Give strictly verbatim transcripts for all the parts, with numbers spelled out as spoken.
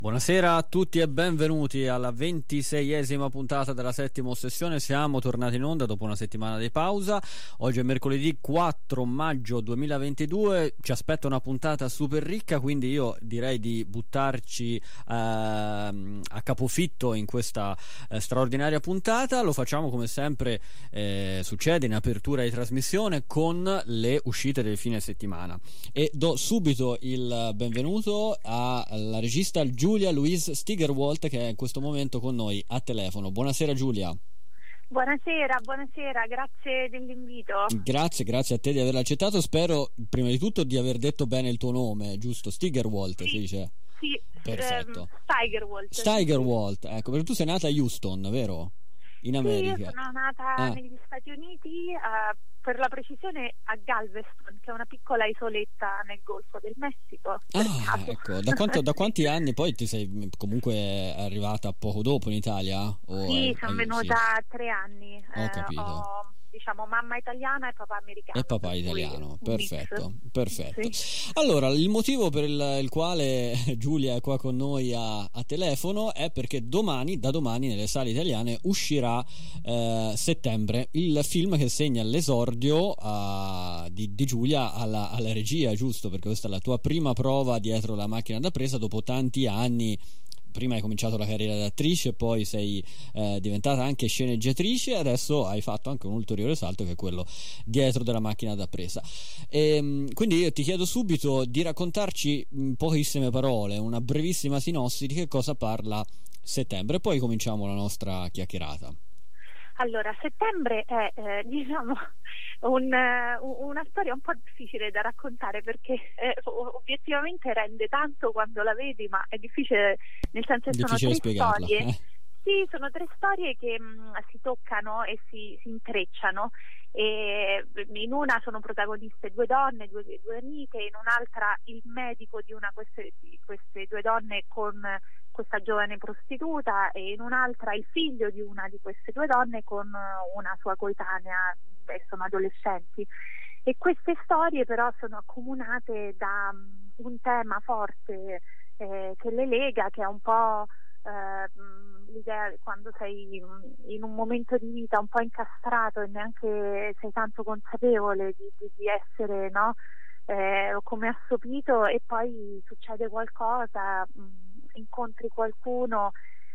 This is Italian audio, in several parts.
Buonasera a tutti e benvenuti alla ventiseiesima puntata della settima Ossessione. Siamo tornati in onda dopo una settimana di pausa. Oggi è mercoledì quattro maggio duemilaventidue. Ci aspetta una puntata super ricca, quindi io direi di buttarci eh, a capofitto in questa eh, straordinaria puntata. Lo facciamo come sempre eh, succede in apertura di trasmissione con le uscite del fine settimana. E do subito il benvenuto alla regista Giulia Louise Stigerwalt, che è in questo momento con noi a telefono. Buonasera Giulia. Buonasera, buonasera, grazie dell'invito. Grazie, grazie a te di averlo accettato. Spero prima di tutto di aver detto bene il tuo nome, giusto? Stigerwalt, sì, si dice? Sì, perfetto. Um, Stigerwalt. Stigerwalt, ecco, perché tu sei nata a Houston, vero? In America. Sì, io sono nata ah. negli Stati Uniti, uh, per la precisione a Galveston, che è una piccola isoletta nel Golfo del Messico. Ah, ecco, da, quanto, da quanti anni poi ti sei comunque arrivata poco dopo in Italia? O sì, hai, sono hai, venuta sì. tre anni. Ho capito. Eh, ho, diciamo, mamma italiana e papà americano. E papà italiano, perfetto, perfetto. Sì. Allora, il motivo per il, il quale Giulia è qua con noi a, a telefono è perché domani, da domani, nelle sale italiane uscirà eh, Settembre, il film che segna l'esordio uh, di, di Giulia alla, alla regia, giusto? Perché questa è la tua prima prova dietro la macchina da presa dopo tanti anni. Prima hai cominciato la carriera di attrice, poi sei eh, diventata anche sceneggiatrice e adesso hai fatto anche un ulteriore salto che è quello dietro della macchina da presa. E, quindi io ti chiedo subito di raccontarci in pochissime parole, una brevissima sinossi di che cosa parla Settembre e poi cominciamo la nostra chiacchierata. Allora, Settembre è eh, diciamo un, uh, una storia un po' difficile da raccontare perché eh, obiettivamente rende tanto quando la vedi, ma è difficile, nel senso che sono tre spiegarla. storie. Eh. Sì, sono tre storie che mh, si toccano e si, si intrecciano. E in una sono protagoniste due donne, due, due amiche, in un'altra il medico di una queste, di queste due donne con questa giovane prostituta e in un'altra il figlio di una di queste due donne con una sua coetanea, e sono adolescenti. E queste storie però sono accomunate da um, un tema forte eh, che le lega, che è un po' eh, l'idea quando sei in un momento di vita un po' incastrato e neanche sei tanto consapevole di, di, di essere, no? Eh, come assopito, e poi succede qualcosa, mh, incontri qualcuno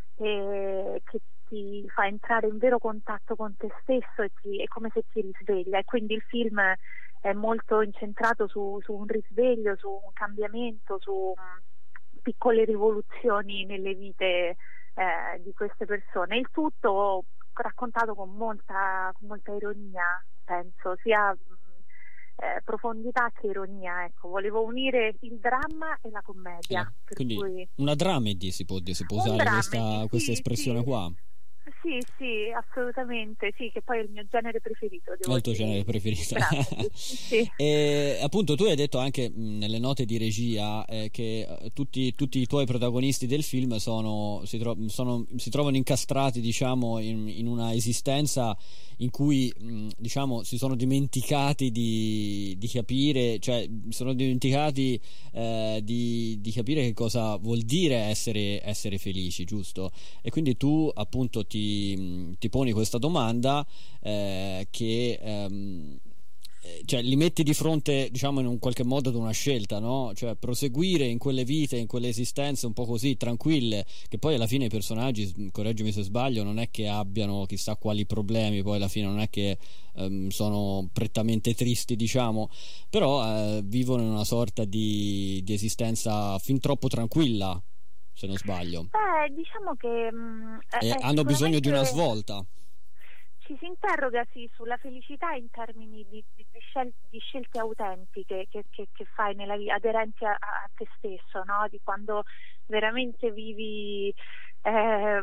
eh, che ti fa entrare in vero contatto con te stesso e ti, è come se ti risveglia, e quindi il film è molto incentrato su, su un risveglio, su un cambiamento, su um, piccole rivoluzioni nelle vite eh, di queste persone, il tutto raccontato con molta, con molta ironia, penso, sia Eh, profondità che ironia, ecco. Volevo unire il dramma e la commedia, Eh, per quindi cui... una dramedy si può, si può Un usare dramedy, questa, sì, questa espressione sì. qua. Sì, sì, assolutamente, sì, che poi è il mio genere preferito. Devo È il tuo dire. genere preferito. Sì. E appunto tu hai detto anche mh, nelle note di regia eh, che eh, tutti, tutti i tuoi protagonisti del film sono, si, tro- sono, si trovano incastrati, diciamo, in, in una esistenza in cui mh, diciamo si sono dimenticati di, di capire, cioè sono dimenticati eh, di, di capire che cosa vuol dire essere, essere felici, giusto? E quindi tu appunto ti Ti, ti poni questa domanda eh, che ehm, cioè li metti di fronte, diciamo, in un qualche modo ad una scelta, no? Cioè proseguire in quelle vite, in quelle esistenze un po' così tranquille, che poi alla fine i personaggi, correggimi se sbaglio, non è che abbiano chissà quali problemi, poi alla fine non è che ehm, sono prettamente tristi, diciamo, però eh, vivono in una sorta di, di esistenza fin troppo tranquilla, se non sbaglio. Beh, diciamo che mh, E è hanno bisogno di una sicuramente... svolta. Ci si interroga sì sulla felicità in termini di, di, di, scel- di scelte autentiche che, che, che fai nella vita, aderenti a, a te stesso, no? Di quando veramente vivi eh,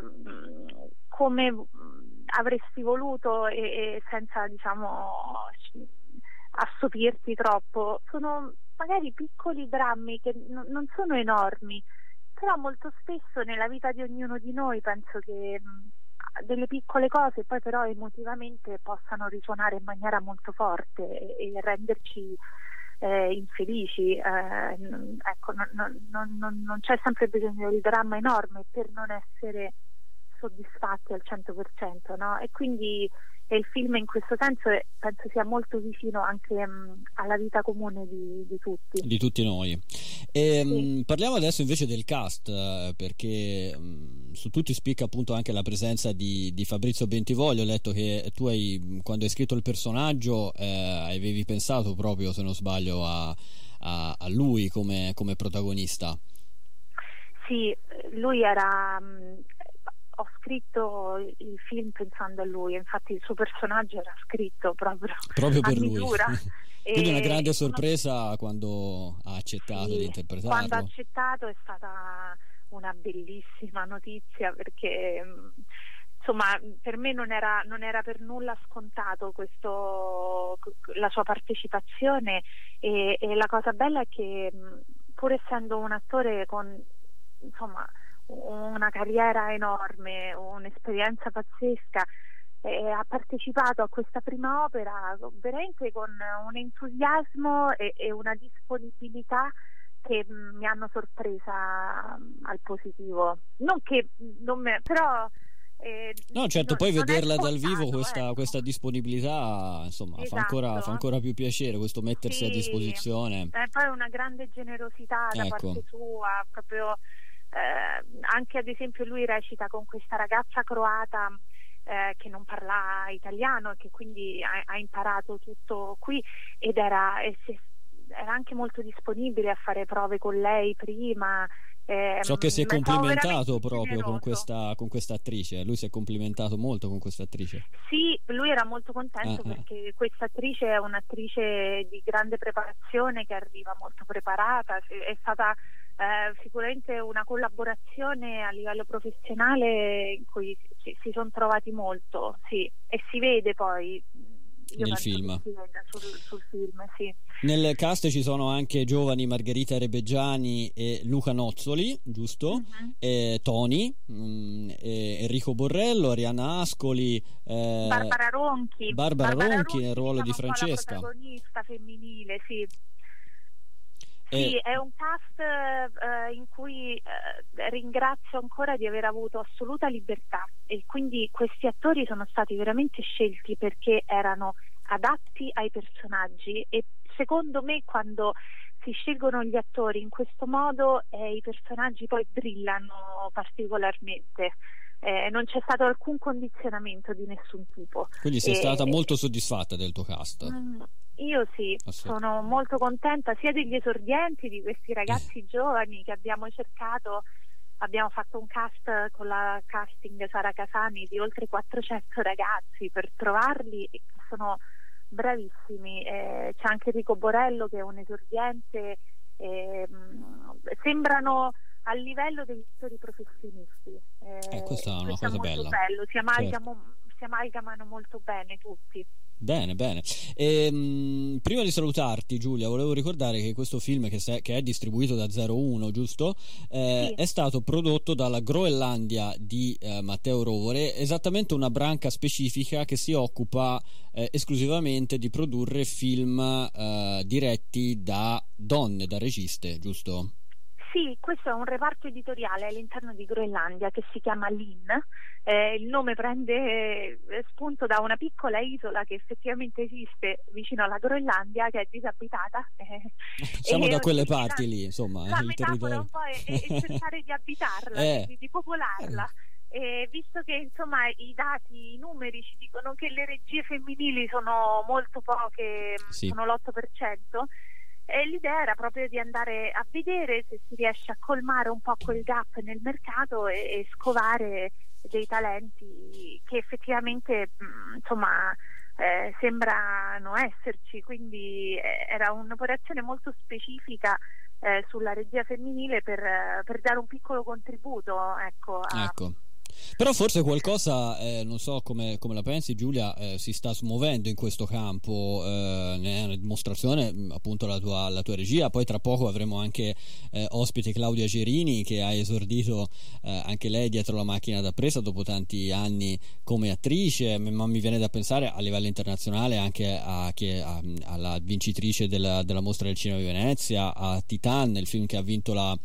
come avresti voluto e, e senza, diciamo, assopirti troppo. Sono magari piccoli drammi che n- non sono enormi, però molto spesso nella vita di ognuno di noi penso che mh, delle piccole cose poi però emotivamente possano risuonare in maniera molto forte e, e renderci eh, infelici, eh, ecco, non, non, non, non c'è sempre bisogno del dramma enorme per non essere soddisfatti al cento per cento, no? E quindi e il film in questo senso penso sia molto vicino anche um, alla vita comune di, di tutti di tutti noi. E, sì. mh, parliamo adesso invece del cast, eh, perché mh, su tutti spicca appunto anche la presenza di, di Fabrizio Bentivoglio. Ho letto che tu hai, quando hai scritto il personaggio, eh, avevi pensato proprio, se non sbaglio, a, a, a lui come, come protagonista. Sì, lui era mh, ho scritto il film pensando a lui, infatti il suo personaggio era scritto proprio, proprio per lui. Quindi e una grande sorpresa una... quando ha accettato sì, di interpretarlo. Quando ha accettato è stata una bellissima notizia, perché insomma per me non era, non era per nulla scontato questo, la sua partecipazione, e, e la cosa bella è che pur essendo un attore con insomma una carriera enorme, un'esperienza pazzesca, eh, ha partecipato a questa prima opera veramente con un entusiasmo e, e una disponibilità che mh, mi hanno sorpresa mh, al positivo. Non che non me, però eh, no, certo, non, poi non vederla scontato, dal vivo questa, ecco. questa disponibilità, insomma, esatto. fa, ancora, fa ancora più piacere questo mettersi sì, a disposizione. E poi una grande generosità da ecco. parte sua, proprio. Eh, anche ad esempio lui recita con questa ragazza croata eh, che non parla italiano e che quindi ha, ha imparato tutto qui, ed era, e se, era anche molto disponibile a fare prove con lei prima. Eh, so che si è complimentato proprio generoso. con questa con questa attrice, lui si è complimentato molto con questa attrice. Sì, lui era molto contento ah, perché ah. questa attrice è un'attrice di grande preparazione, che arriva molto preparata, è stata Eh, sicuramente una collaborazione a livello professionale in cui si, si sono trovati molto, sì, e si vede poi io nel film. Si vede sul, sul film, sì. Nel cast ci sono anche giovani Margherita Rebeggiani e Luca Nozzoli, giusto? Uh-huh. E Toni, mh, e Enrico Borrello, Arianna Ascoli, eh, Barbara Ronchi, Barbara, Barbara Ronchi, Ronchi nel ruolo diciamo di Francesca, la protagonista femminile, sì. Sì, è un cast eh, in cui eh, ringrazio ancora di aver avuto assoluta libertà, e quindi questi attori sono stati veramente scelti perché erano adatti ai personaggi, e secondo me quando si scelgono gli attori in questo modo eh, i personaggi poi brillano particolarmente. Eh, non c'è stato alcun condizionamento di nessun tipo. Quindi sei e, stata molto soddisfatta del tuo cast? Mm, io sì, ah, sì, sono molto contenta sia degli esordienti, di questi ragazzi eh. giovani che abbiamo cercato. Abbiamo fatto un cast con la casting Sara Casani di oltre quattrocento ragazzi per trovarli, e sono bravissimi. Eh, c'è anche Enrico Borrello che è un esordiente. Eh, sembrano al livello degli attori professionisti. Eh, eh, questa è una questo cosa è molto bella. bello, si amalgamo, certo. si amalgamano molto bene tutti. Bene, bene. E, mh, prima di salutarti, Giulia, volevo ricordare che questo film, che, se, che è distribuito da zero uno, giusto? Eh, sì. È stato prodotto dalla Groenlandia di eh, Matteo Rovere, esattamente una branca specifica che si occupa eh, esclusivamente di produrre film eh, diretti da donne, da registe, giusto? Sì, questo è un reparto editoriale all'interno di Groenlandia che si chiama Linn. Eh, il nome prende eh, spunto da una piccola isola che effettivamente esiste vicino alla Groenlandia, che è disabitata. Eh, Siamo da quelle parti lì, insomma. La il metafora territorio. un po' è, è cercare di abitarla, eh. di, di popolarla. Eh, visto che insomma i dati, i numeri ci dicono che le regie femminili sono molto poche, sì. sono l'otto per cento. E l'idea era proprio di andare a vedere se si riesce a colmare un po' quel gap nel mercato e, e scovare dei talenti che effettivamente mh, insomma eh, sembrano esserci, quindi eh, era un'operazione molto specifica eh, sulla regia femminile per, per dare un piccolo contributo, ecco, a, ecco. Però forse qualcosa, eh, non so come, come la pensi Giulia, eh, si sta smuovendo in questo campo, eh, ne è una dimostrazione appunto la tua, la tua regia. Poi tra poco avremo anche eh, ospite Claudia Gerini, che ha esordito eh, anche lei dietro la macchina da presa dopo tanti anni come attrice, ma mi viene da pensare a livello internazionale anche a, che, a, alla vincitrice della, della Mostra del Cinema di Venezia, a Titan, il film che ha vinto la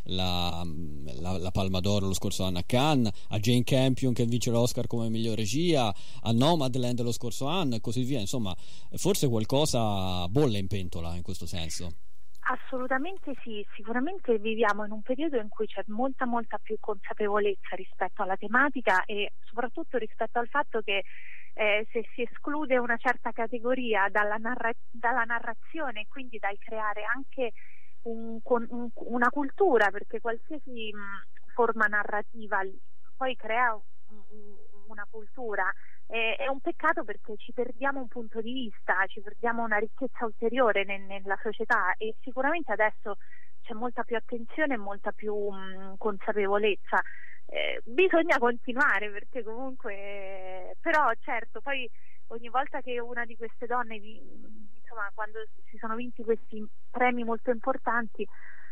La, la, la Palma d'Oro lo scorso anno a Cannes, a Jane Campion che vince l'Oscar come miglior regia, a Nomadland lo scorso anno e così via. Insomma, forse qualcosa bolle in pentola in questo senso. Assolutamente sì, sicuramente viviamo in un periodo in cui c'è molta molta più consapevolezza rispetto alla tematica e soprattutto rispetto al fatto che eh, se si esclude una certa categoria dalla, narra- dalla narrazione e quindi dal creare anche Un, un, una cultura, perché qualsiasi mh, forma narrativa poi crea un, una cultura, e, è un peccato perché ci perdiamo un punto di vista, ci perdiamo una ricchezza ulteriore nel, nella società, e sicuramente adesso c'è molta più attenzione e molta più mh, consapevolezza. Eh, bisogna continuare perché comunque, però certo, poi ogni volta che una di queste donne vi, insomma, quando si sono vinti questi premi molto importanti,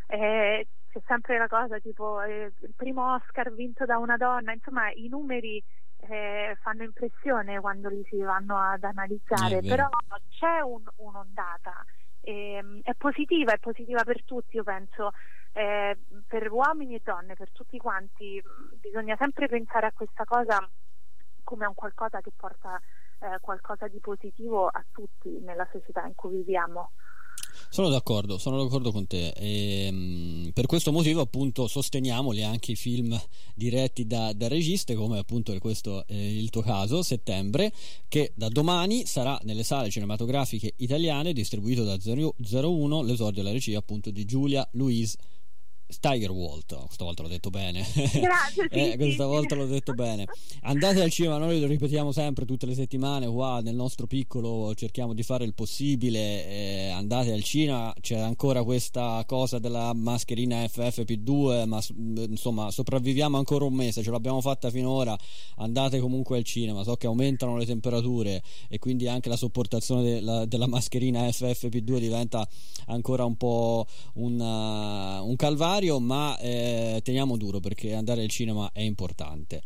eh, c'è sempre la cosa tipo eh, il primo Oscar vinto da una donna, insomma i numeri eh, fanno impressione quando li si vanno ad analizzare, però c'è un, un'ondata, eh, è positiva, è positiva per tutti, io penso, eh, per uomini e donne, per tutti quanti. Bisogna sempre pensare a questa cosa come a un qualcosa che porta Eh, qualcosa di positivo a tutti nella società in cui viviamo. Sono d'accordo, sono d'accordo con te e, mh, per questo motivo appunto sosteniamoli anche i film diretti da, da registe come appunto questo è il tuo caso, Settembre, che da domani sarà nelle sale cinematografiche italiane, distribuito da zero uno, l'esordio alla regia appunto di Giulia Louise Steigerwalt. Questa volta l'ho detto bene. Grazie, sì, eh, questa sì, volta sì. l'ho detto bene. Andate al cinema, noi lo ripetiamo sempre tutte le settimane qua nel nostro piccolo, cerchiamo di fare il possibile, eh, andate al cinema, c'è ancora questa cosa della mascherina F F P due, ma insomma sopravviviamo ancora un mese, ce l'abbiamo fatta finora, andate comunque al cinema, so che aumentano le temperature e quindi anche la sopportazione della, della mascherina F F P due diventa ancora un po' un, uh, un calvario, ma eh, teniamo duro perché andare al cinema è importante.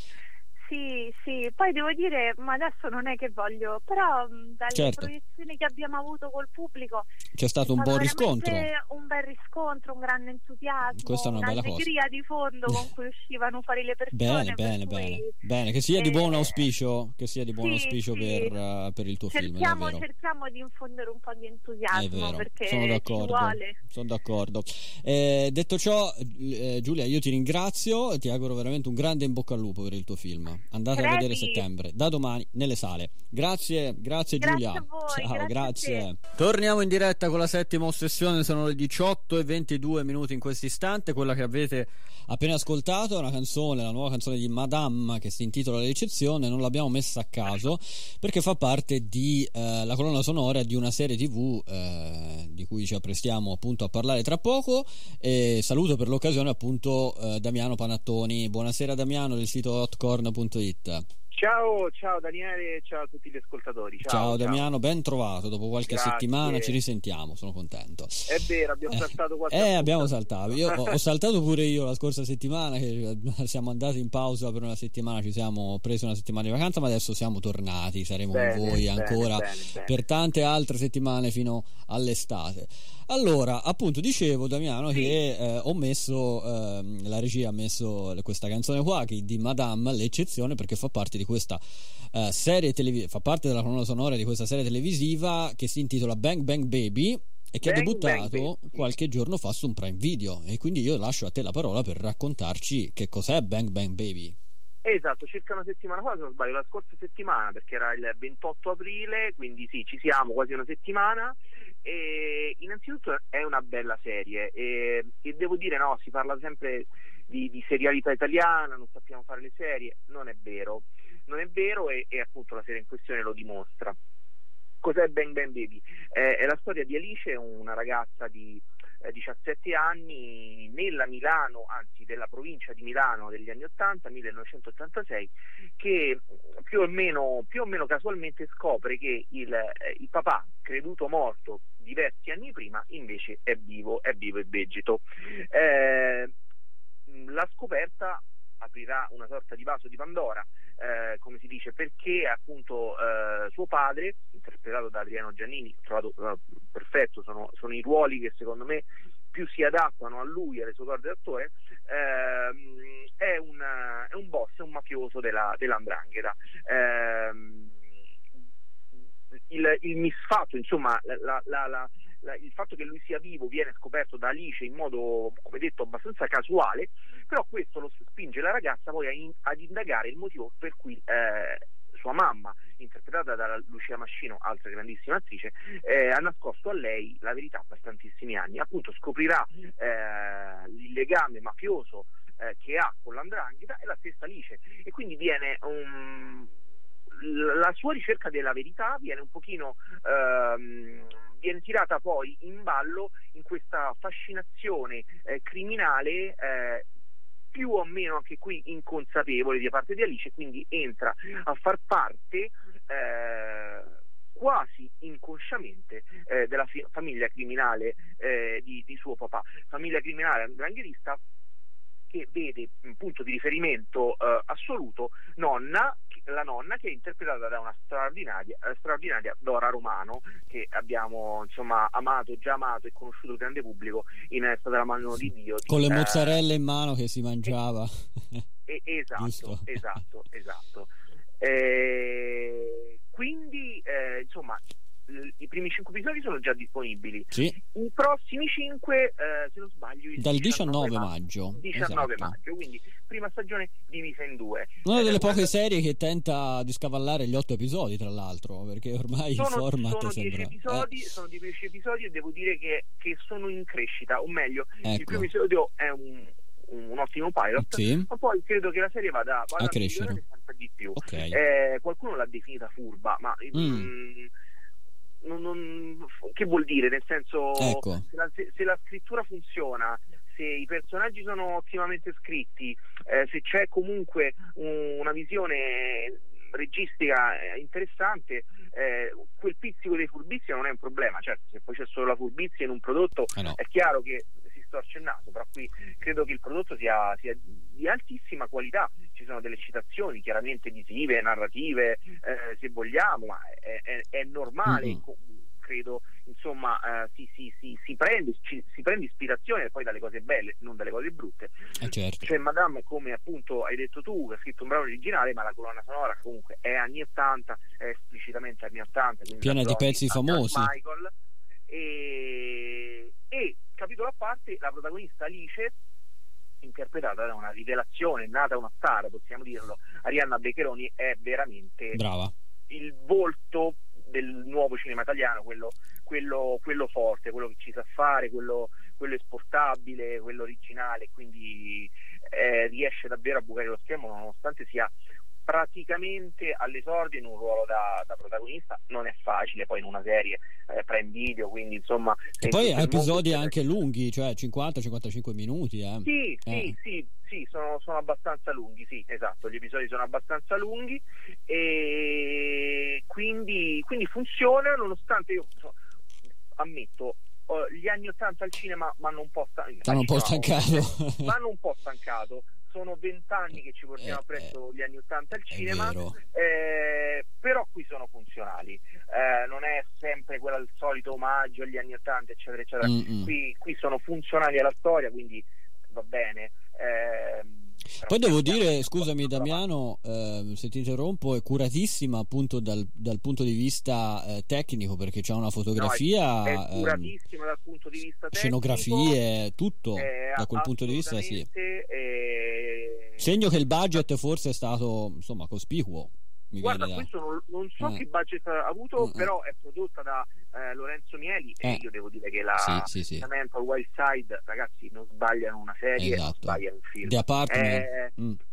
Sì, sì, poi devo dire, ma adesso non è che voglio, però mh, dalle Certo. proiezioni che abbiamo avuto col pubblico C'è stato è un buon veramente riscontro. un bel riscontro, un grande entusiasmo, Questa è una bella un'allegria cosa. di fondo con cui uscivano fuori le persone. Bene, bene, per cui, bene, bene, che sia di eh, buon auspicio, che sia di buon sì, auspicio sì. per, uh, per il tuo film, cerchiamo, davvero. cerchiamo di infondere un po' di È entusiasmo vero, perché sono ci d'accordo, vuole. sono d'accordo. Eh, detto ciò, eh, Giulia, io ti ringrazio e ti auguro veramente un grande in bocca al lupo per il tuo film. Andate Credi? a vedere Settembre, da domani nelle sale. Grazie, grazie, Grazie Giulia. a voi, Ciao, grazie grazie. a te. Torniamo in diretta con la settima ossessione, sono le diciotto e ventidue minuti in questo istante. Quella che avete appena ascoltato è una canzone, la nuova canzone di Madame che si intitola L'eccezione. Non l'abbiamo messa a caso perché fa parte di eh, la colonna sonora di una serie tv eh, di cui ci apprestiamo appunto a parlare tra poco, e saluto per l'occasione appunto eh, Damiano Panattoni. Buonasera Damiano del sito hotcorn punto it. Ciao, ciao Daniele, ciao a tutti gli ascoltatori. Ciao, Ciao ciao. Damiano, ben trovato. Dopo qualche Grazie. settimana ci risentiamo, sono contento. È vero, abbiamo Eh, saltato qualche Eh, abbiamo appuntamento. saltato. Io ho, ho saltato pure io la scorsa settimana, che siamo andati in pausa per una settimana, ci siamo presi una settimana di vacanza, ma adesso siamo tornati, saremo Bene, con voi bene, ancora bene, bene. per tante altre settimane fino all'estate. Allora, appunto, dicevo Damiano Sì. che eh, ho messo ehm, la regia ha messo questa canzone qua che di Madame, L'eccezione, perché fa parte di questa eh, serie televisiva, fa parte della colonna sonora di questa serie televisiva che si intitola Bang Bang Baby e che Bang, ha debuttato Bang Baby. qualche giorno fa su un Prime Video, e quindi io lascio a te la parola per raccontarci che cos'è Bang Bang Baby. Esatto, circa una settimana fa, se non sbaglio, la scorsa settimana, perché era il ventotto aprile, quindi sì, ci siamo quasi una settimana. E innanzitutto è una bella serie e, e devo dire, no, si parla sempre di, di serialità italiana, non sappiamo fare le serie. Non è vero, non è vero e, e appunto la serie in questione lo dimostra. Cos'è Bang Bang Baby? Eh, è la storia di Alice, una ragazza di eh, diciassette anni nella Milano, anzi della provincia di Milano degli anni ottanta, millenovecentottantasei, che più o meno, più o meno casualmente scopre che il, eh, il papà, creduto morto diversi anni prima, invece è vivo, è vivo e vegeto. Eh, la scoperta aprirà una sorta di vaso di Pandora, eh, come si dice, perché appunto eh, suo padre, interpretato da Adriano Giannini, trovato eh, perfetto, sono, sono i ruoli che secondo me più si adattano a lui, alle sue corde d'attore, ehm, è, un, è un boss, è un mafioso della, dell'Andrangheta. Ehm, il, il misfatto, insomma, la, la, la, la, il fatto che lui sia vivo viene scoperto da Alice in modo, come detto, abbastanza casuale, però questo lo spinge la ragazza poi a in, ad indagare il motivo per cui eh, sua mamma, interpretata da Lucia Mascino, altra grandissima attrice, eh, ha nascosto a lei la verità per tantissimi anni. Appunto scoprirà eh, il legame mafioso eh, che ha con l'Andrangheta e la stessa Alice, e quindi viene un, la sua ricerca della verità viene un pochino ehm, viene tirata poi in ballo in questa fascinazione eh, criminale eh, più o meno anche qui inconsapevole da parte di Alice, quindi entra a far parte eh, quasi inconsciamente eh, della fi- famiglia criminale eh, di, di suo papà, famiglia criminale andranghetista che vede un punto di riferimento eh, assoluto nonna, la nonna, che è interpretata da una straordinaria, eh, straordinaria Dora Romano, che abbiamo insomma amato, già amato e conosciuto il grande pubblico in È stata la mano di Dio. Di, con le eh, mozzarelle in mano che si mangiava. Eh, eh, esatto, esatto, esatto. Eh, quindi eh, insomma i primi cinque episodi sono già disponibili, sì. I prossimi cinque eh, se non sbaglio il dal diciannove maggio, diciannove esatto. maggio, quindi prima stagione divisa in due. Una delle eh, poche una... serie che tenta di scavallare gli otto episodi, tra l'altro, perché ormai sono, il format sono sembra dieci episodi, eh. sono dieci episodi e devo dire che, che sono in crescita, o meglio, ecco. Il primo episodio è un un ottimo pilot, sì. ma poi credo che la serie vada, vada a crescere sempre di più. Okay. Eh, qualcuno l'ha definita furba, ma mm. Mh, Non, non, che vuol dire? Nel senso, ecco. se, la, se, se la scrittura funziona, se i personaggi sono ottimamente scritti, eh, se c'è comunque un, una visione registica interessante, eh, quel pizzico dei furbizia non è un problema. Certo, se poi c'è solo la furbizia in un prodotto, eh no. È chiaro che si storce il naso, però qui credo che il prodotto sia, sia di altissima qualità. Ci sono delle citazioni chiaramente visive, narrative, eh, se vogliamo, ma è, è, è normale, mm-hmm. credo, insomma, eh, si, si, si, si, prende, ci, si prende ispirazione poi dalle cose belle, non dalle cose brutte. Eh certo. Cioè Madame, come appunto hai detto tu, ha scritto un brano originale, ma la colonna sonora comunque è anni ottanta, è esplicitamente anni ottanta, piena di pezzi famosi. Michael, e, e capitolo a parte, la protagonista Alice, interpretata da una rivelazione, nata una star, possiamo dirlo, Arianna Beccheroni, è veramente brava, il volto del nuovo cinema italiano, quello, quello, quello forte, quello che ci sa fare, quello, quello esportabile, quello originale, quindi eh, riesce davvero a bucare lo schermo nonostante sia praticamente all'esordio in un ruolo da, da protagonista. Non è facile poi in una serie eh, Prime Video, quindi insomma, e poi ha episodi anche lunghi, cioè cinquanta cinquantacinque minuti, eh. sì, eh. sì, sì, sì, sono, sono abbastanza lunghi, sì, esatto, gli episodi sono abbastanza lunghi, e quindi, quindi funziona, nonostante io so, ammetto gli anni ottanta al cinema mi hanno un po' stancato, un po' stancato. mi hanno un po' stancato. Sono vent'anni che ci portiamo eh, appresso eh, gli anni ottanta al cinema, eh, però qui sono funzionali, eh, non è sempre quel solito omaggio agli anni ottanta, eccetera, eccetera. Qui, qui sono funzionali alla storia, quindi va bene. Eh, Poi devo dire, scusami Damiano, eh, se ti interrompo, è curatissima appunto dal, dal punto di vista eh, tecnico, perché c'è una fotografia, no, è, è curatissima eh, dal punto di vista tecnico, scenografie, tutto eh, da quel punto di vista, sì. Eh, Segno che il budget forse è stato insomma cospicuo. Mi Guarda, da... questo non, non so eh. che budget ha avuto, eh. però è prodotta da eh, Lorenzo Mieli, eh. e io devo dire che la sì, sì, sì. Wild Side, ragazzi, non sbagliano una serie, esatto. non sbagliano un film. The Apartment. Eh, mm.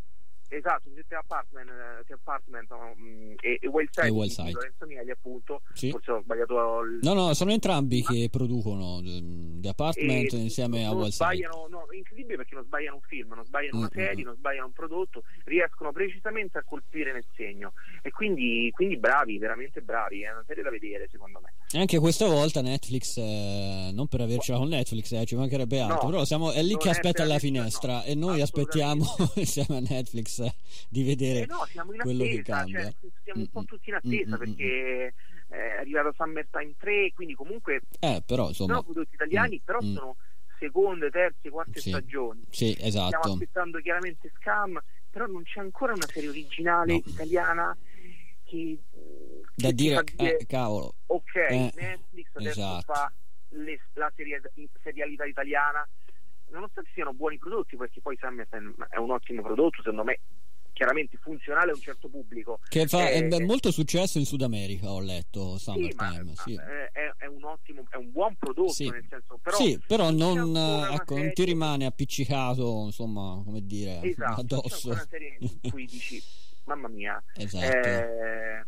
Esatto, The Apartment, The Apartment um, e, e Wild Side, e Wild Side. di Lorenzo Mieli, appunto. Sì. Forse ho sbagliato il... No, no, sono entrambi che producono The Apartment e insieme a Wild Side. No, è incredibile perché non sbagliano un film, non sbagliano una Mm-hmm. serie, non sbagliano un prodotto, riescono precisamente a colpire nel segno. E quindi, quindi bravi, veramente bravi, è una serie da vedere secondo me. E anche questa volta Netflix, eh, non per avercela con Netflix, eh, ci mancherebbe altro, No, però siamo, è lì che aspetta alla finestra, no, e noi aspettiamo insieme a Netflix eh, di vedere eh no, siamo in quello attesa, che cambia. Cioè, siamo un po' tutti in Mm-mm. attesa perché è arrivato Summertime tre, quindi comunque eh, però, insomma, sono prodotti italiani, mm, però mm. sono seconde, terze, quarte Sì. stagioni. Sì, esatto. Stiamo aspettando chiaramente Scam, però non c'è ancora una serie originale No. italiana che, Da che dire, ti fa dire eh, cavolo, ok, eh, Netflix adesso esatto. fa le, la serie, serialità italiana, nonostante siano buoni prodotti, perché poi Summertime è un ottimo prodotto, secondo me chiaramente funzionale a un certo pubblico, che fa eh, è molto successo in Sud America, ho letto Summertime. sì, Sì, ma, ma è, è un ottimo, è un buon prodotto, sì. nel senso, però, Sì, però non, ancora ecco, serie... non ti rimane appiccicato, insomma, come dire, esatto, addosso. c'è una serie in cui dici mamma mia, Esatto. eh,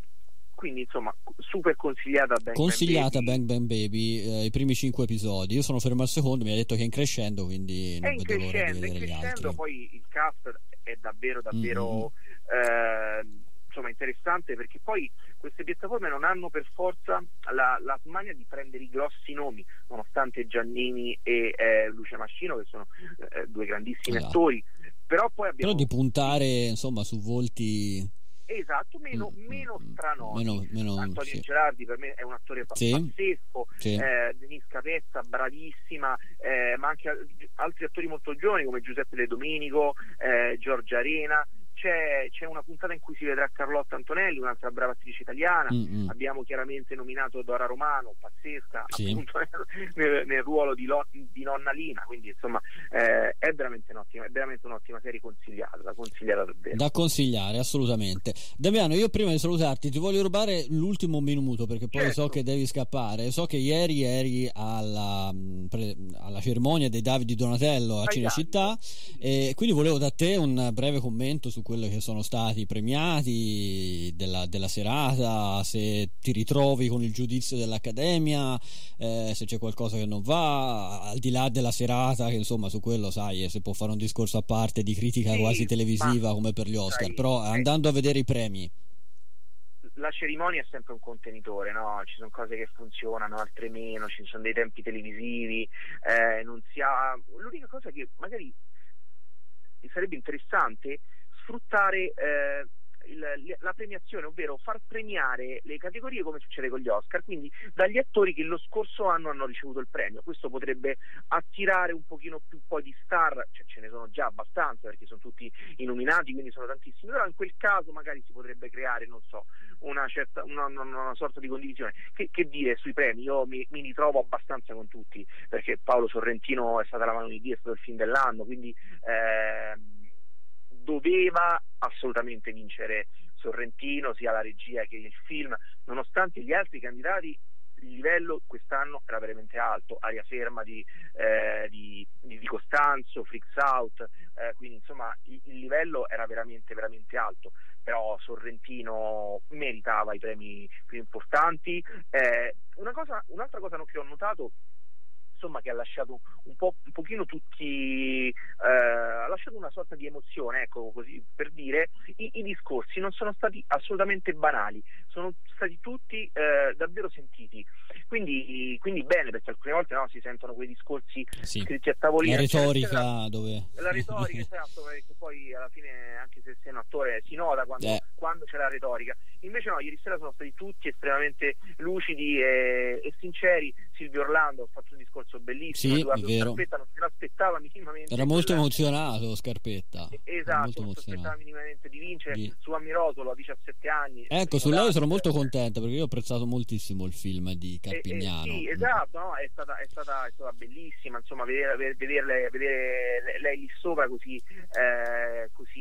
quindi insomma super consigliata Bang Consigliata Bang Baby. Bang Bang Baby, eh, i primi cinque episodi. Io sono fermo al secondo, mi ha detto che è in crescendo, quindi È non in vedo l'ora di crescendo, è in vedere gli crescendo, altri. poi il cast è davvero davvero Mm-hmm. eh, insomma interessante, perché poi queste piattaforme non hanno per forza la, la smania di prendere i grossi nomi, nonostante Giannini e eh, Lucia Mascino, che sono eh, due grandissimi Esatto. attori, però poi abbiamo Però di puntare, insomma, su volti esatto, meno, mm, meno mm, stranoti. meno, meno, Antonio sì. Gerardi per me è un attore pa- Sì. pazzesco, Sì. eh, Denise Capezza bravissima, eh, ma anche al- altri attori molto giovani come Giuseppe De Domenico, eh, Giorgia Arena. C'è, c'è una puntata in cui si vedrà Carlotta Antonelli, un'altra brava attrice italiana. Mm-mm. Abbiamo chiaramente nominato Dora Romano, pazzesca, Sì. appunto nel, nel ruolo di, Lo, di nonna Lina, quindi insomma eh, è veramente un'ottima, è veramente un'ottima serie consigliata, da consigliare davvero. Da consigliare, assolutamente. Damiano, io prima di salutarti ti voglio rubare l'ultimo minuto, perché poi Certo. so che devi scappare. So che ieri eri alla, mh, pre- alla cerimonia dei Davide Donatello a Ai Cinecittà, e quindi volevo da te un breve commento su quello che sono stati i premiati della, della serata, se ti ritrovi con il giudizio dell'Accademia, eh, se c'è qualcosa che non va, al di là della serata, che insomma su quello sai, si può fare un discorso a parte di critica Sì, quasi televisiva ma, come per gli Oscar, sai, però eh, andando a vedere i premi. la cerimonia è sempre un contenitore, no? Ci sono cose che funzionano, altre meno, ci sono dei tempi televisivi, eh, non si ha... L'unica cosa che magari sarebbe interessante sfruttare eh, il, la premiazione, ovvero far premiare le categorie come succede con gli Oscar, quindi dagli attori che lo scorso anno hanno ricevuto il premio. Questo potrebbe attirare un pochino più poi di star, cioè ce ne sono già abbastanza perché sono tutti i nominati, quindi sono tantissimi, però in quel caso magari si potrebbe creare, non so, una certa una, una, una sorta di condivisione. Che, che dire sui premi? Io mi, mi ritrovo abbastanza con tutti, perché Paolo Sorrentino è stata la mano di Dio, è stato il film dell'anno, quindi eh, doveva assolutamente vincere Sorrentino, sia la regia che il film, nonostante gli altri candidati il livello quest'anno era veramente alto. Aria ferma di, eh, di, di Costanzo, Freaks Out, eh, quindi insomma il, il livello era veramente veramente alto, però Sorrentino meritava i premi più importanti. Eh, una cosa, un'altra cosa che ho notato, insomma, che ha lasciato un po' un pochino tutti eh, ha lasciato una sorta di emozione, ecco, così per dire, i, i discorsi non sono stati assolutamente banali, sono stati tutti eh, davvero sentiti, quindi, quindi bene, perché alcune volte no, si sentono quei discorsi Sì. scritti a tavolino, La retorica eccetera. dove La retorica, esatto, perché poi alla fine, anche se sei un attore, si nota quando, eh. quando c'è la retorica. Invece no, ieri sera sono stati tutti estremamente lucidi e, e sinceri. Silvio Orlando ha fatto un discorso bellissimo, Sì, Edoardo è vero. Scarpetta non se l'aspettava minimamente. era molto quella... emozionato Scarpetta. Esatto, molto non si aspettava minimamente di vincere. Di... Su Ammirotolo a diciassette anni. Ecco, su lei sono molto contenta, perché io ho apprezzato moltissimo il film di Carpignano. Eh, eh, sì, esatto, no? è, stata, è, stata, è stata bellissima, insomma, vedere, vederle, vedere lei lì sopra così, eh, così, così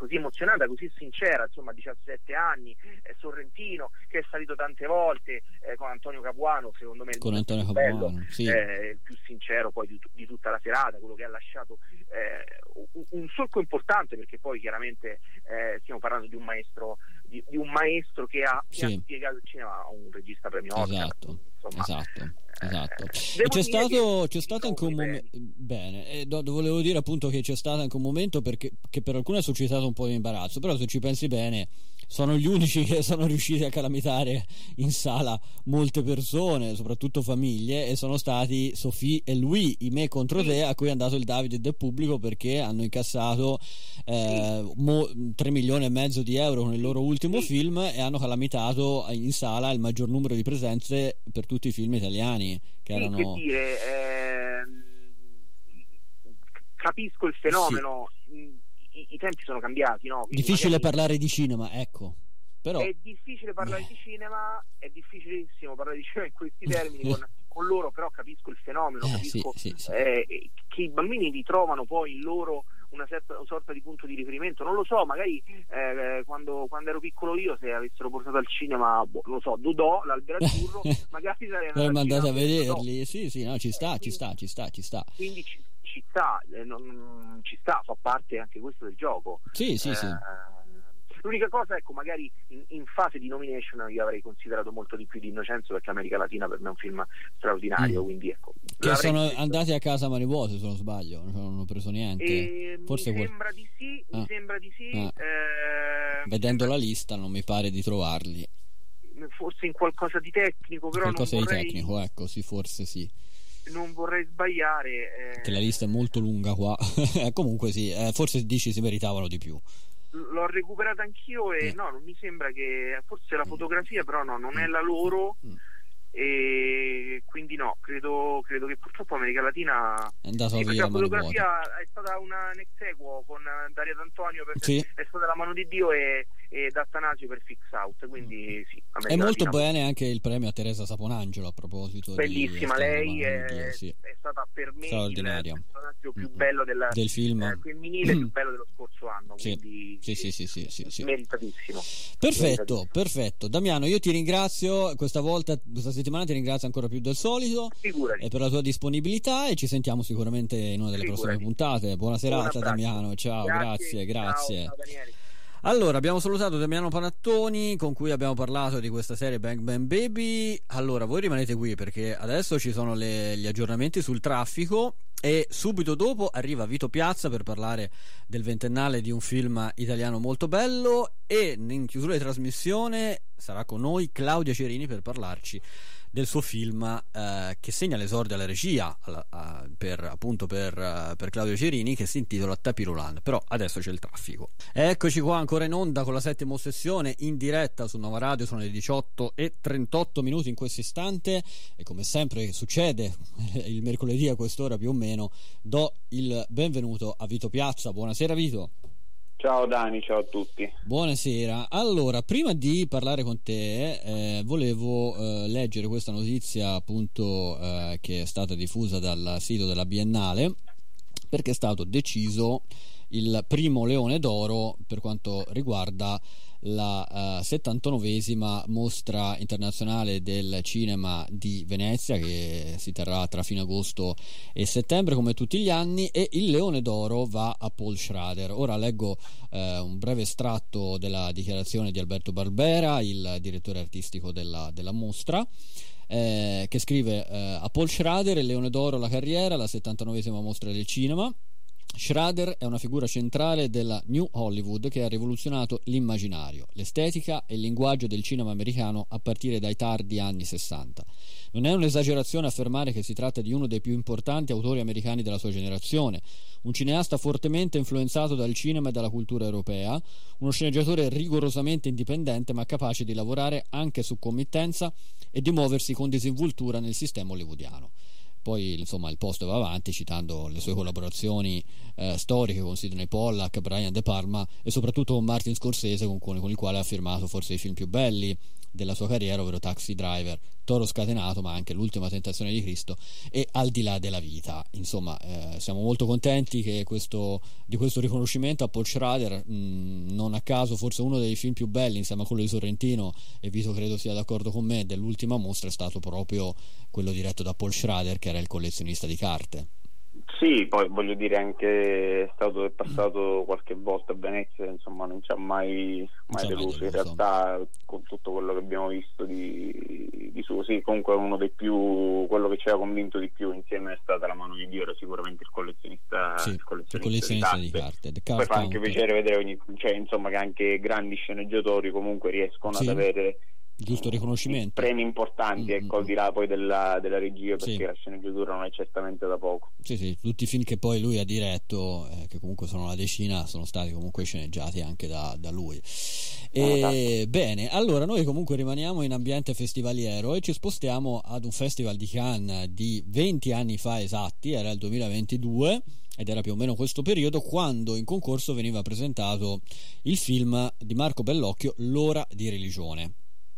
così emozionata, così sincera, insomma, a diciassette anni, è sorrentino, che è salito tante volte eh, con Antonio Capuano, secondo me con il Antonio più Capuano, bello, sì. eh, il più sincero poi di, di tutta la serata, quello che ha lasciato eh, un, un solco importante, perché poi chiaramente eh, stiamo parlando di un maestro di, di un maestro che ha, che sì. ha spiegato il cinema a un regista premio Oscar, esatto, insomma, esatto. Esatto. Eh, E c'è stato, che... c'è stato anche un momento bene, e do, volevo dire appunto che c'è stato anche un momento perché che per alcuni ha suscitato un po' di imbarazzo, però se ci pensi bene sono gli unici che sono riusciti a calamitare in sala molte persone, soprattutto famiglie, e sono stati Sophie e Louis, i Me contro te, a cui è andato il David del pubblico perché hanno incassato eh, mo, tre milioni e mezzo di euro con il loro ultimo film e hanno calamitato in sala il maggior numero di presenze per tutti i film italiani. Che sì, erano... che dire, eh, capisco il fenomeno, sì. I, i tempi sono cambiati, no? Quindi difficile magari... parlare di cinema, ecco. Però... è difficile parlare di cinema, è difficilissimo parlare di cinema in questi termini con, con loro, però capisco il fenomeno, eh, capisco sì, sì, sì. Eh, che i bambini ritrovano poi il loro una, certa, una sorta di punto di riferimento. Non lo so, magari eh, quando, quando ero piccolo io, se avessero portato al cinema, boh, non lo so, Dodò, l'Albero Azzurro, magari sarei mandato a vederli. Dodò. Sì, sì, no, ci sta, eh, ci sta, ci sta, ci sta. Quindi ci, ci sta, eh, non, ci sta, fa parte anche questo del gioco. Sì, sì, eh, sì. L'unica cosa, ecco, magari in, in fase di nomination io avrei considerato molto di più di Innocenzo, perché America Latina per me è un film straordinario, mm. quindi ecco. Che sono visto. andati a casa a mani vuote, se non sbaglio, non hanno preso niente. E Forse mi quel... sembra di sì, ah. mi sembra di sì. Ah. Eh, Vedendo la lista non mi pare di trovarli. Forse in qualcosa di tecnico, però qualcosa non vorrei... di tecnico, ecco, sì, forse sì. Non vorrei sbagliare. Eh... Che la lista è molto lunga qua. Comunque sì, eh, forse dici si meritavano di più. L'ho recuperata anch'io e mm. no, non mi sembra che forse la fotografia, però no, non è la loro mm. e quindi no, credo, credo che purtroppo America Latina è andata sì, via la fotografia è stata una ex equo con Daria D'Antonio per sì. è stata La mano di Dio e, e D'Attanasio per Fix Out, quindi sì, America è molto Latina. Bene anche il premio a Teresa Saponangelo a proposito bellissima di lei è, Dio, sì. è stata per me il personaggio più mm. bello del, del film eh, femminile più bello dello scorso anno, sì. quindi sì, sì, sì, sì, sì, sì. meritatissimo. Perfetto, meritatissimo. perfetto. Damiano, io ti ringrazio questa volta, questa settimana ti ringrazio ancora più del solito e per la tua disponibilità e ci sentiamo sicuramente in una delle Figurati. prossime puntate. Buona serata Damiano, ciao, grazie, grazie. grazie. Ciao, ciao, allora, abbiamo salutato Damiano Panattoni con cui abbiamo parlato di questa serie Bang Bang Baby. Allora, voi rimanete qui perché adesso ci sono le, gli aggiornamenti sul traffico e subito dopo arriva Vito Piazza per parlare del ventennale di un film italiano molto bello e in chiusura di trasmissione sarà con noi Claudia Cerini per parlarci del suo film eh, che segna l'esordio alla regia alla, a, per, appunto per, uh, per Claudio Cerini, che si intitola Tapirulan. Però adesso c'è il traffico. Eccoci qua ancora in onda con la settima ossessione in diretta su Nova Radio, sono le diciotto e trentotto minuti in questo istante e come sempre succede il mercoledì a quest'ora più o meno do il benvenuto a Vito Piazza. Buonasera Vito. Ciao Dani, ciao a tutti. Buonasera. Allora, prima di parlare con te, eh, volevo eh, leggere questa notizia appunto eh, che è stata diffusa dal sito della Biennale, perché è stato deciso il primo Leone d'Oro per quanto riguarda la uh, settantanovesima mostra internazionale del cinema di Venezia, che si terrà tra fine agosto e settembre come tutti gli anni, e il Leone d'Oro va a Paul Schrader. Ora leggo uh, un breve estratto della dichiarazione di Alberto Barbera, il direttore artistico della, della mostra, eh, che scrive uh, a Paul Schrader il Leone d'Oro alla carriera, la settantanovesima mostra del cinema. Schrader è una figura centrale della New Hollywood che ha rivoluzionato l'immaginario, l'estetica e il linguaggio del cinema americano a partire dai tardi anni sessanta. Non è un'esagerazione affermare che si tratta di uno dei più importanti autori americani della sua generazione, un cineasta fortemente influenzato dal cinema e dalla cultura europea, uno sceneggiatore rigorosamente indipendente ma capace di lavorare anche su committenza e di muoversi con disinvoltura nel sistema hollywoodiano. Poi insomma il posto va avanti citando le sue collaborazioni eh, storiche con Sidney Pollack, Brian De Palma e soprattutto con Martin Scorsese, con, con il quale ha firmato forse i film più belli della sua carriera, ovvero Taxi Driver, Toro Scatenato, ma anche L'ultima tentazione di Cristo e Al di là della vita. Insomma, eh, siamo molto contenti che questo, di questo riconoscimento a Paul Schrader, mh, non a caso forse uno dei film più belli insieme a quello di Sorrentino, e Vito credo sia d'accordo con me, dell'Ultima mostra è stato proprio quello diretto da Paul Schrader, che era il collezionista di carte. Sì, poi voglio dire anche è stato è passato qualche volta a Venezia, insomma non ci ha mai, mai deluso. In realtà con tutto quello che abbiamo visto di, di suo, sì, comunque uno dei più, quello che ci ha convinto di più insieme è stata La mano di Dio, era sicuramente il collezionista, sì, il collezionista, il collezionista di carte. Di carte. Poi fa anche piacere vedere ogni, cioè, insomma, che anche grandi sceneggiatori comunque riescono sì. ad avere giusto riconoscimento, premi importanti, mm-hmm. ecco, al di là poi della, della regia, perché sì. la sceneggiatura non è certamente da poco. Sì, sì, tutti i film che poi lui ha diretto, eh, che comunque sono una decina, sono stati comunque sceneggiati anche da, da lui. E, esatto. Bene, allora noi comunque rimaniamo in ambiente festivaliero e ci spostiamo ad un festival di Cannes di venti anni fa esatti, era il duemilaventidue, ed era più o meno questo periodo quando in concorso veniva presentato il film di Marco Bellocchio, L'ora di religione.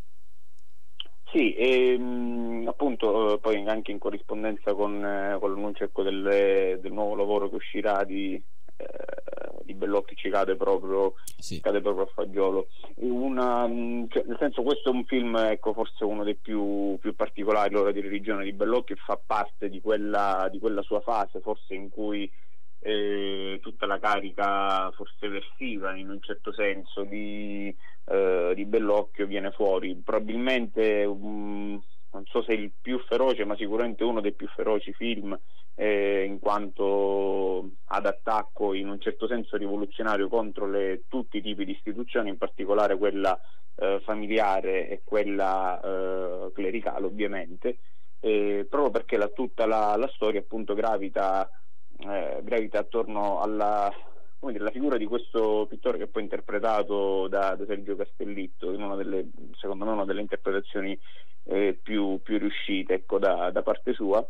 Sì, e, mh, appunto poi anche in corrispondenza con, eh, con l'annuncio ecco, del, del nuovo lavoro che uscirà di, eh, di Bellocchio, ci cade proprio, sì. cade proprio a fagiolo. Una, cioè, nel senso, questo è un film, ecco, forse uno dei più, più particolari, L'ora di religione di Bellocchio, e fa parte di quella, di quella sua fase, forse in cui eh, tutta la carica forse versiva in un certo senso di, eh, di Bellocchio viene fuori. Probabilmente um, non so se il più feroce, ma sicuramente uno dei più feroci film eh, in quanto ad attacco in un certo senso rivoluzionario contro le, tutti i tipi di istituzioni, in particolare quella eh, familiare e quella eh, clericale ovviamente, eh, proprio perché la, tutta la, la storia appunto gravita Eh, gravita attorno alla, come dire, la figura di questo pittore, che poi è interpretato da, da Sergio Castellitto in una delle, secondo me una delle interpretazioni eh, più, più riuscite, ecco, da, da parte sua,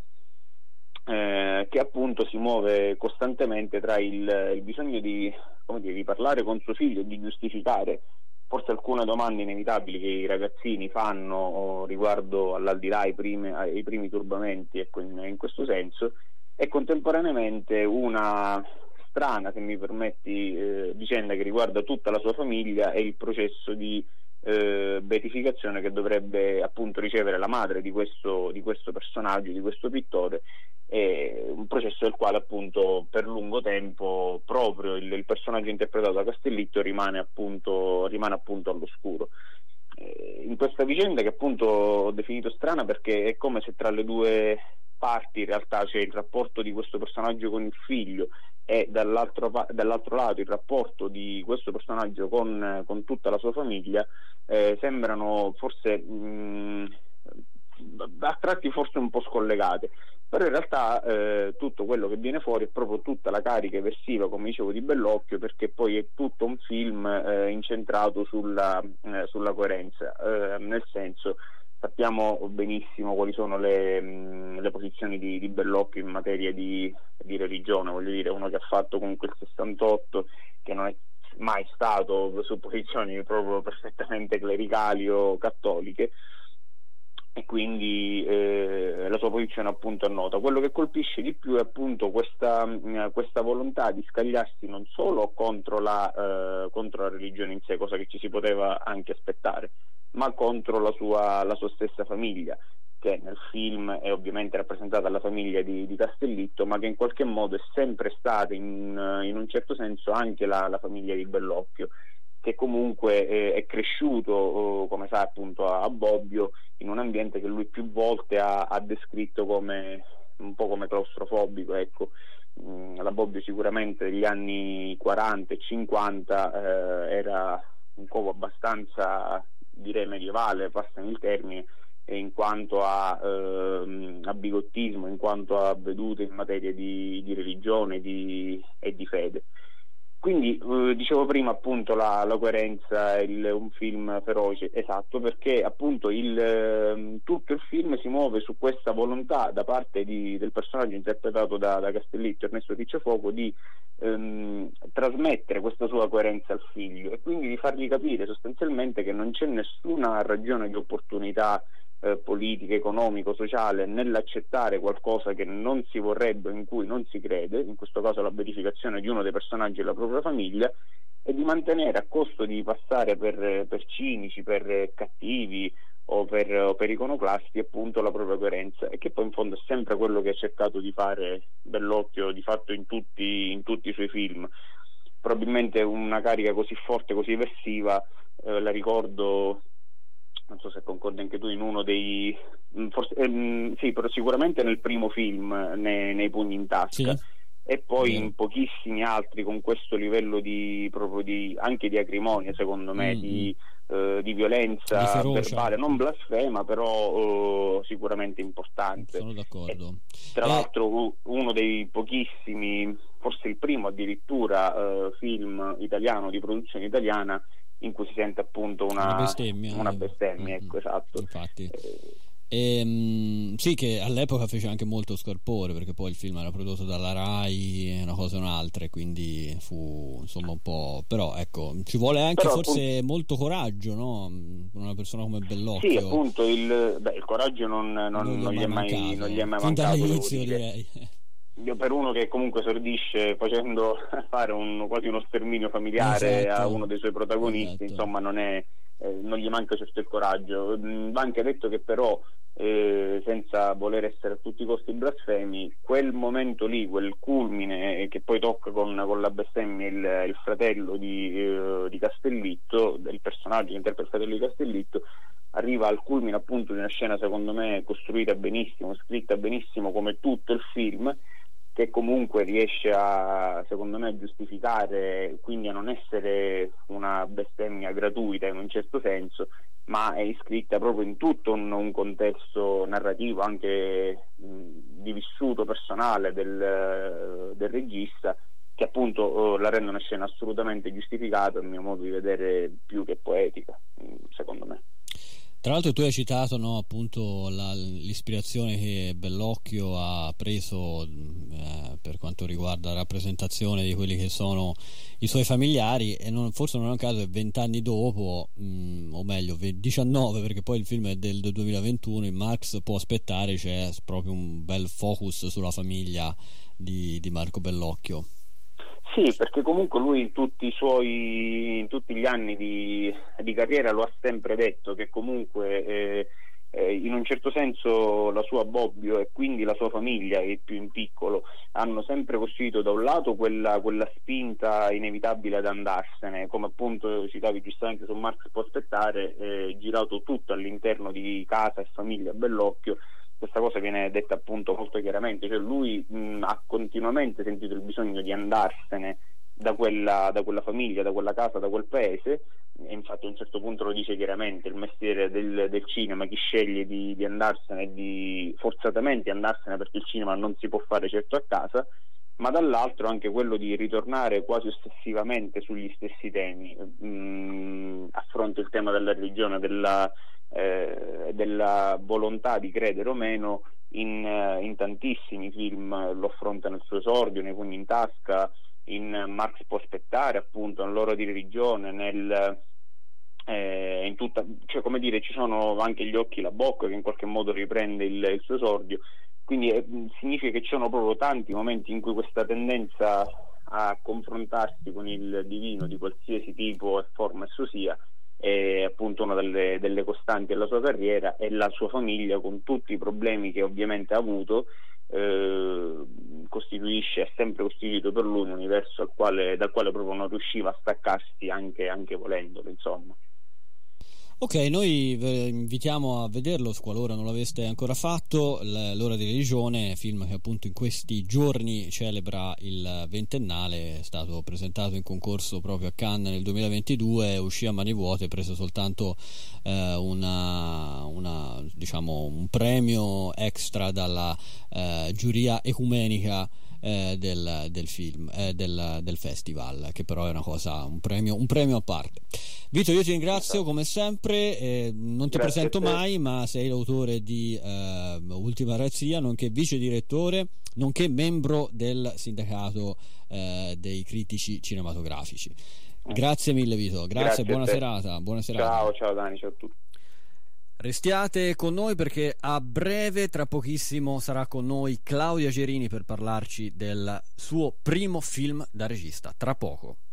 eh, che appunto si muove costantemente tra il, il bisogno di, come dire, di parlare con suo figlio, di giustificare forse alcune domande inevitabili che i ragazzini fanno riguardo all'aldilà, ai primi, ai primi turbamenti, ecco, in, in questo senso, e contemporaneamente una strana, se mi permetti, eh, vicenda che riguarda tutta la sua famiglia e il processo di eh, beatificazione che dovrebbe appunto ricevere la madre di questo, di questo personaggio, di questo pittore, e un processo del quale appunto per lungo tempo proprio il, il personaggio interpretato da Castellitto rimane appunto, rimane appunto all'oscuro. Eh, in questa vicenda, che appunto ho definito strana perché è come se tra le due parti in realtà c'è il rapporto di questo personaggio con il figlio e dall'altro, dall'altro lato il rapporto di questo personaggio con, con tutta la sua famiglia, eh, sembrano forse mh, a tratti forse un po' scollegate, però in realtà eh, tutto quello che viene fuori è proprio tutta la carica eversiva, come dicevo, di Bellocchio, perché poi è tutto un film eh, incentrato sulla, eh, sulla coerenza, eh, nel senso, sappiamo benissimo quali sono le, mh, le posizioni di, di Bellocchio in materia di, di religione, voglio dire, uno che ha fatto comunque il sessantotto, che non è mai stato su posizioni proprio perfettamente clericali o cattoliche, e quindi eh, la sua posizione appunto è nota. Quello che colpisce di più è appunto questa, mh, questa volontà di scagliarsi non solo contro la, eh, contro la religione in sé, cosa che ci si poteva anche aspettare, ma contro la sua, la sua stessa famiglia, che nel film è ovviamente rappresentata la famiglia di, di Castellitto, ma che in qualche modo è sempre stata in, in un certo senso anche la, la famiglia di Bellocchio, che comunque eh, è cresciuto, oh, come sa appunto a, a Bobbio, in un ambiente che lui più volte ha, ha descritto come un po' come claustrofobico, ecco. Mm, la Bobbio sicuramente negli anni quaranta e cinquanta eh, era un covo abbastanza, direi, medievale, passami il termine, in quanto a, ehm, a bigottismo, in quanto a vedute in materia di, di religione di, e di fede. Quindi eh, dicevo prima appunto la, la coerenza è il, un film feroce, esatto, perché appunto il, eh, tutto il film si muove su questa volontà da parte di, del personaggio interpretato da, da Castellitto, Ernesto Ricciafuoco, di ehm, trasmettere questa sua coerenza al figlio, e quindi di fargli capire sostanzialmente che non c'è nessuna ragione di opportunità eh, politica, economico, sociale, nell'accettare qualcosa che non si vorrebbe, in cui non si crede, in questo caso la beatificazione di uno dei personaggi della propria famiglia, e di mantenere, a costo di passare per, per cinici, per cattivi o per, o per iconoclasti, appunto la propria coerenza, e che poi in fondo è sempre quello che ha cercato di fare Bellocchio di fatto in tutti, in tutti i suoi film. Probabilmente una carica così forte, così eversiva, eh, la ricordo, non so se concordi anche tu, in uno dei forse, ehm, sì, però sicuramente nel primo film, nei, nei Pugni in tasca, sì. E poi in pochissimi altri con questo livello di proprio di anche di acrimonia, secondo me, mm-hmm. di, eh, di violenza di verbale, non blasfema, però eh, sicuramente importante. Sono d'accordo. E, tra eh... l'altro uno dei pochissimi, forse il primo addirittura, eh, film italiano di produzione italiana in cui si sente appunto una, una bestemmia, una bestemmia mm-hmm. ecco, esatto. Infatti. Eh, E, um, sì, che all'epoca fece anche molto scalpore, perché poi il film era prodotto dalla Rai, una cosa e un'altra, e quindi fu insomma un po', però ecco, ci vuole anche però, forse appunto, molto coraggio, no? Una persona come Bellocchio. Sì, appunto il, beh, il coraggio non, non, non, non, gli, è mai, non gli è mai mancato, dall'inizio, direi. Io, per uno che comunque esordisce facendo fare un, quasi uno sterminio familiare, esatto, a uno dei suoi protagonisti, esatto. Insomma non è eh, non gli manca certo il coraggio. Va anche detto che però Eh, senza voler essere a tutti i costi blasfemi, quel momento lì, quel culmine che poi tocca con, con la bestemmia il, il fratello di, eh, di Castellitto, del personaggio che interpreta il fratello di Castellitto, arriva al culmine appunto di una scena secondo me costruita benissimo, scritta benissimo come tutto il film, che comunque riesce a, secondo me, a giustificare, quindi a non essere una bestemmia gratuita in un certo senso, ma è iscritta proprio in tutto un, un contesto narrativo, anche mh, di vissuto personale del, del regista, che appunto eh, la rende una scena assolutamente giustificata, a mio modo di vedere, più che poetica, mh, secondo me. Tra l'altro tu hai citato, no, appunto la, l'ispirazione che Bellocchio ha preso eh, per quanto riguarda la rappresentazione di quelli che sono i suoi familiari, e non, forse non è un caso che vent'anni dopo, mh, o meglio diciannove, perché poi il film è del duemilaventuno, in Marx può aspettare, c'è proprio un bel focus sulla famiglia di, di Marco Bellocchio. Sì, perché comunque lui in tutti i suoi, in tutti gli anni di, di carriera lo ha sempre detto, che comunque eh, eh, in un certo senso la sua Bobbio e quindi la sua famiglia, il più in piccolo, hanno sempre costituito da un lato quella, quella spinta inevitabile ad andarsene, come appunto citavi giustamente su Marx può aspettare, eh, girato tutto all'interno di casa e famiglia Bellocchio. Questa cosa viene detta appunto molto chiaramente, cioè lui mh, ha continuamente sentito il bisogno di andarsene da quella, da quella famiglia, da quella casa, da quel paese, e infatti a un certo punto lo dice chiaramente: il mestiere del, del cinema, chi sceglie di, di andarsene, di forzatamente andarsene, perché il cinema non si può fare certo a casa, ma dall'altro anche quello di ritornare quasi ossessivamente sugli stessi temi, mh, affronta il tema della religione, della Eh, della volontà di credere o meno in, eh, in tantissimi film, lo affronta nel suo esordio, nei Pugni in tasca, in Marx può aspettare, appunto, nell'Ora di religione, nel, eh, in tutta, cioè come dire, ci sono anche Gli occhi, la bocca, che in qualche modo riprende il, il suo esordio, quindi eh, significa che ci sono proprio tanti momenti in cui questa tendenza a confrontarsi con il divino di qualsiasi tipo e forma esso sia è appunto una delle, delle costanti della sua carriera, e la sua famiglia, con tutti i problemi che ovviamente ha avuto, eh, costituisce, è sempre costituito per lui un universo al quale, dal quale proprio non riusciva a staccarsi anche, anche volendolo, insomma. Ok, noi vi invitiamo a vederlo qualora non l'aveste ancora fatto, L'Ora di religione, film che appunto in questi giorni celebra il ventennale, è stato presentato in concorso proprio a Cannes nel duemilaventidue, uscì a mani vuote, prese soltanto eh, una, una, diciamo, un premio extra dalla eh, giuria ecumenica Eh, del, del film, eh, del, del festival, che però è una cosa, un premio, un premio a parte. Vito, io ti ringrazio come sempre, eh, non ti Grazie presento mai, ma sei l'autore di eh, Ultima Razzia, nonché vice direttore, nonché membro del sindacato eh, dei critici cinematografici. Grazie mille Vito, grazie, grazie buona serata, buona serata. Ciao, ciao Dani, ciao a tutti. Restiate con noi perché a breve, tra pochissimo, sarà con noi Claudia Cerini per parlarci del suo primo film da regista. Tra poco.